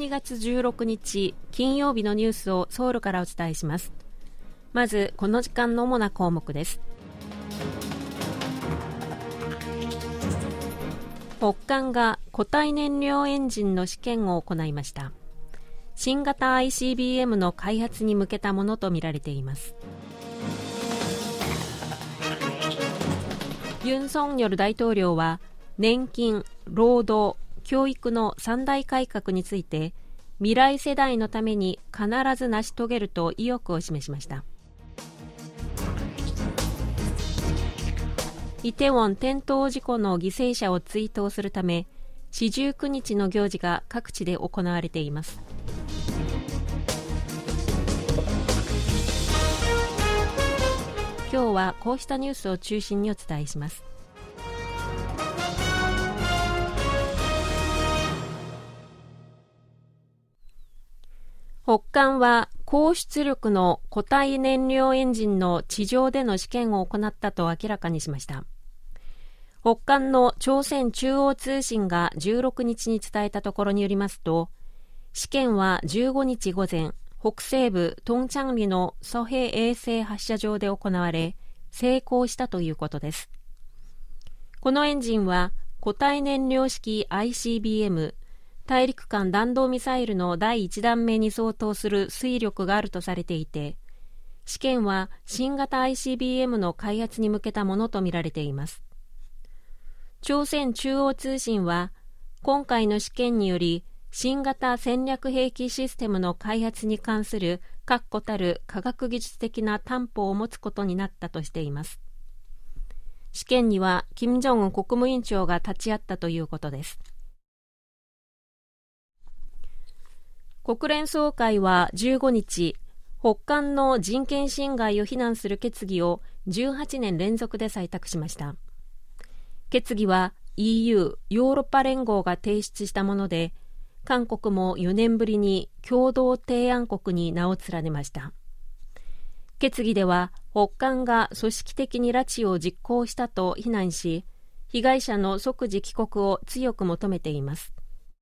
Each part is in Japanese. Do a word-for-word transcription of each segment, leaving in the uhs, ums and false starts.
いがつじゅうろくにち金曜日のニュースをソウルからお伝えします。まずこの時間の主な項目です。北韓が固体燃料エンジンの試験を行いました。新型 アイシービーエム の開発に向けたものとみられています。ユン・ソンニョル大統領は年金、労働、教育の三大改革について未来世代のために必ず成し遂げると意欲を示しました。イテウォン転倒事故の犠牲者を追悼するため四十九日の行事が各地で行われています。今日はこうしたニュースを中心にお伝えします。北韓は高出力の固体燃料エンジンの地上での試験を行ったと明らかにしました。北韓の朝鮮中央通信がじゅうろくにちに伝えたところによりますと、試験はじゅうごにち午前、北西部トンチャンリのソヘ衛星発射場で行われ、成功したということです。このエンジンは固体燃料式 アイシービーエム、大陸間弾道ミサイルのだいいち段目に相当する推力があるとされていて、試験は新型 アイシービーエム の開発に向けたものとみられています。朝鮮中央通信は、今回の試験により新型戦略兵器システムの開発に関する確固たる科学技術的な担保を持つことになったとしています。試験には金正恩国務委員長が立ち会ったということです。国連総会はじゅうごにち、北韓の人権侵害を非難する決議をじゅうはちねん連続で採択しました。決議は イーユー、ヨーロッパ連合が提出したもので、韓国もよねんぶりに共同提案国に名を連ねました。決議では北韓が組織的に拉致を実行したと非難し、被害者の即時帰国を強く求めています。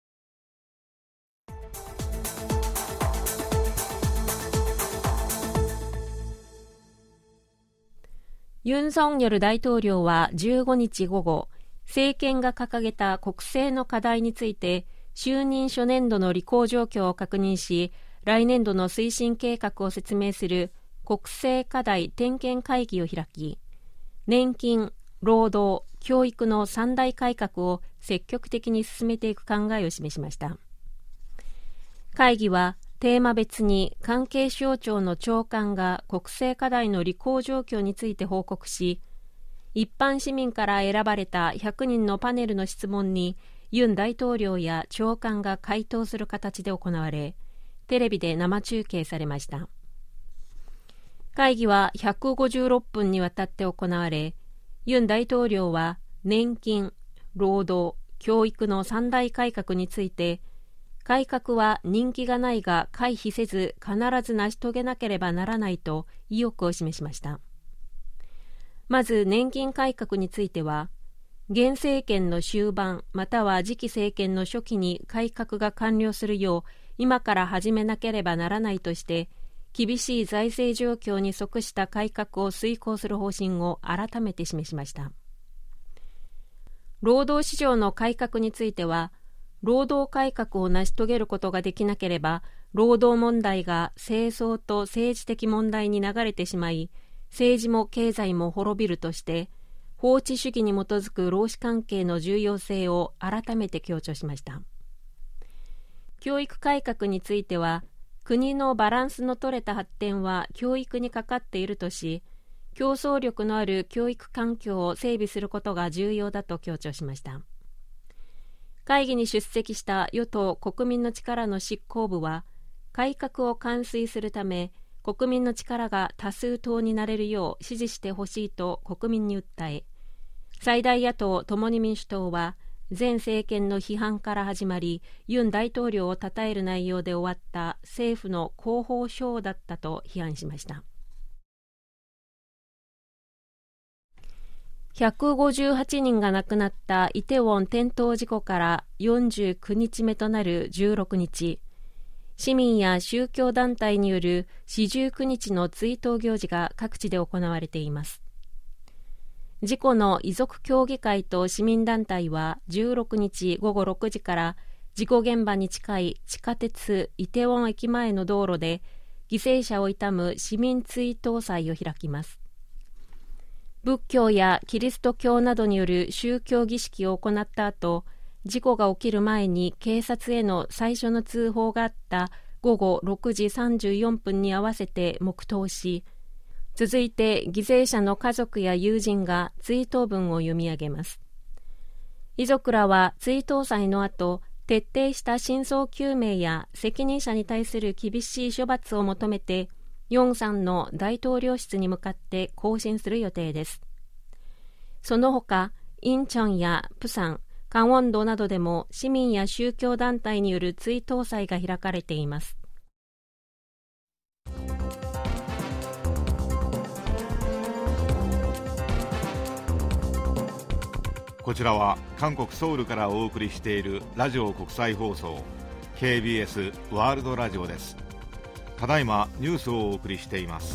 ユン・ソンニョル大統領はじゅうごにち午後、政権が掲げた国政の課題について就任初年度の履行状況を確認し、来年度の推進計画を説明する国政課題点検会議を開き、年金、労働、教育の三大改革を積極的に進めていく考えを示しました。会議はテーマ別に関係省庁の長官が国政課題の履行状況について報告し、一般市民から選ばれたひゃくにんのパネルの質問にユン大統領や長官が回答する形で行われ、テレビで生中継されました。会議はひゃくごじゅうろっぷんにわたって行われ、ユン大統領は年金、労働、教育の三大改革について、改革は人気がないが回避せず必ず成し遂げなければならないと意欲を示しました。まず年金改革については、現政権の終盤または次期政権の初期に改革が完了するよう今から始めなければならないとして、厳しい財政状況に即した改革を遂行する方針を改めて示しました。労働市場の改革については、労働改革を成し遂げることができなければ、労働問題が政争と政治的問題に流れてしまい、政治も経済も滅びるとして、法治主義に基づく労使関係の重要性を改めて強調しました。教育改革については、国のバランスの取れた発展は教育にかかっているとし、競争力のある教育環境を整備することが重要だと強調しました。会議に出席した与党国民の力の執行部は、改革を完遂するため国民の力が多数党になれるよう支持してほしいと国民に訴え、最大野党共に民主党は前政権の批判から始まり、ユン大統領を称える内容で終わった政府の広報ショーだったと批判しました。ひゃくごじゅうはちにんが亡くなったイテウォン転倒事故からよんじゅうくにちめとなるじゅうろくにち、 市民や宗教団体による四十九日の追悼行事が各地で行われています。事故の遺族協議会と市民団体はじゅうろくにちごごろくじから事故現場に近い地下鉄イテウォン駅前の道路で犠牲者を悼む市民追悼祭を開きます。仏教やキリスト教などによる宗教儀式を行った後、事故が起きる前に警察への最初の通報があったごごろくじさんじゅうよんぷんに合わせて黙祷し、続いて犠牲者の家族や友人が追悼文を読み上げます。遺族らは追悼祭の後、徹底した真相究明や責任者に対する厳しい処罰を求めて、ヨンサンの大統領室に向かって行進する予定です。その他、インチョンやプサン、カンウォンドなどでも市民や宗教団体による追悼祭が開かれています。 こちらは韓国ソウルからお送りしているラジオ国際放送 ケービーエス ワールドラジオです。ただいまニュースをお送りしています。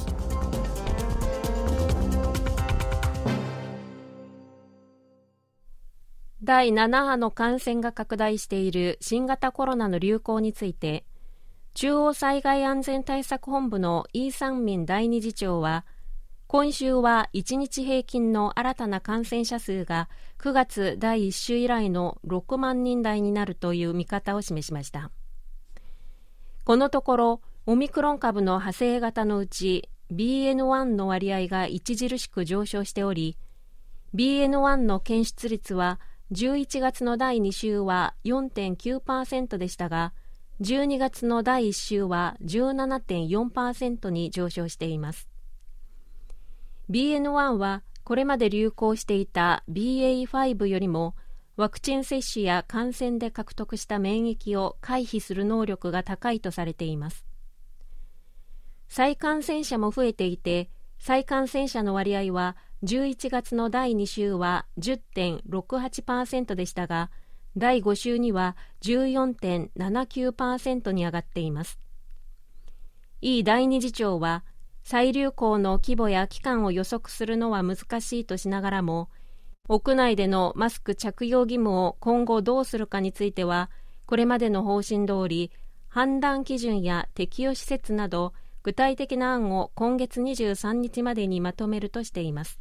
だいななはの感染が拡大している新型コロナの流行について、中央災害安全対策本部のイ・サンミン第二次長は、今週はいちにち平均の新たな感染者数がくがつだいいっ週以来のろくまんにん台になるという見方を示しました。このところ、オミクロン株の派生型のうち ビーエヌワン の割合が著しく上昇しており、ビーエヌワン の検出率はじゅういちがつのだいに週は よんてんきゅうパーセント でしたが、じゅうにがつのだいいっ週は じゅうななてんよんパーセント に上昇しています。ビーエヌワン はこれまで流行していた ビーエーファイブ よりもワクチン接種や感染で獲得した免疫を回避する能力が高いとされています。再感染者も増えていて、再感染者の割合はじゅういちがつのだいに週は じゅってんろくはちパーセント でしたが、だいご週には じゅうよんてんななきゅうパーセント に上がっています。イ第二次長は、再流行の規模や期間を予測するのは難しいとしながらも、屋内でのマスク着用義務を今後どうするかについては、これまでの方針通り、判断基準や適用施設など、具体的な案を今月にじゅうさんにちまでにまとめるとしています。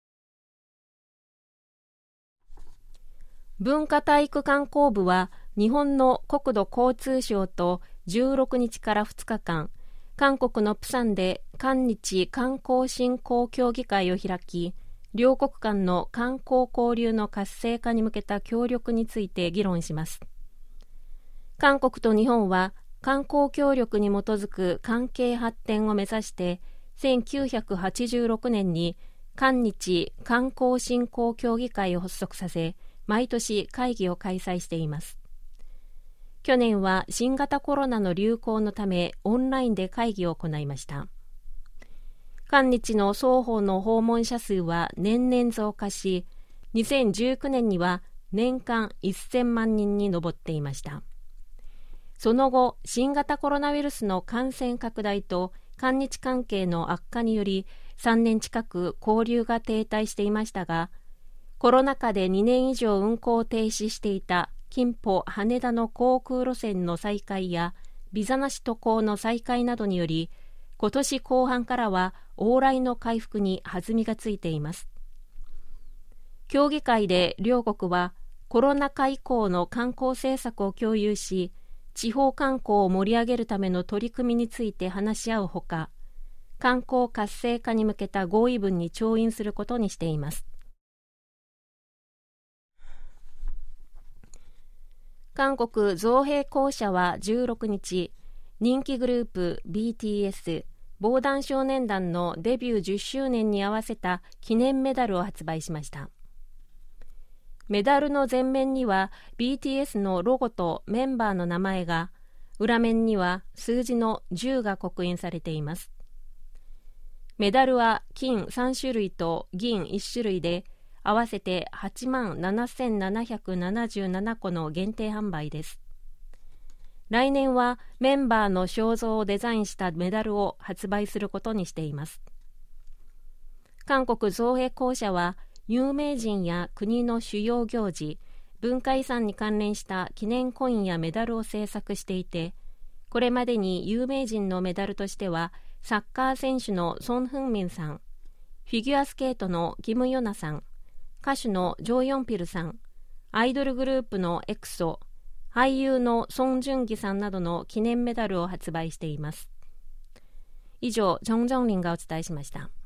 文化体育観光部は、日本の国土交通省とじゅうろくにちからふつかかん、韓国のプサンで韓日観光振興協議会を開き、両国間の観光交流の活性化に向けた協力について議論します。韓国と日本は観光協力に基づく関係発展を目指してせんきゅうひゃくはちじゅうろくねんに韓日観光振興協議会を発足させ、毎年会議を開催しています。去年は新型コロナの流行のためオンラインで会議を行いました。韓日の双方の訪問者数は年々増加し、にせんじゅうきゅうねんには年間せんまんにんに上っていました。その後、新型コロナウイルスの感染拡大と韓日関係の悪化によりさんねん近く交流が停滞していましたが、コロナ禍でにねん以上運航を停止していた金浦羽田の航空路線の再開やビザなし渡航の再開などにより、今年後半からは往来の回復に弾みがついています。協議会で両国はコロナ禍以降の観光政策を共有し、地方観光を盛り上げるための取り組みについて話し合うほか、観光活性化に向けた合意文に調印することにしています。韓国造幣公社はじゅうろくにち、人気グループ ビーティーエス 防弾少年団のデビューじゅっしゅうねんに合わせた記念メダルを発売しました。メダルの前面には ビーティーエス のロゴとメンバーの名前が、裏面には数字のじゅうが刻印されています。メダルは金さんしゅるいと銀いっしゅるいで、合わせてはちまんななせんななひゃくななじゅうななこの限定販売です。 来年はメンバーの肖像をデザインしたメダルを発売することにしています。韓国造幣公社は有名人や国の主要行事、文化遺産に関連した記念コインやメダルを制作していて、これまでに有名人のメダルとしてはサッカー選手のソン・フンミンさん、フィギュアスケートのキム・ヨナさん、歌手のジョー・ヨンピルさん、アイドルグループのエクソ、俳優のソン・ジュンギさんなどの記念メダルを発売しています。以上、ジョン・ジョンリンがお伝えしました。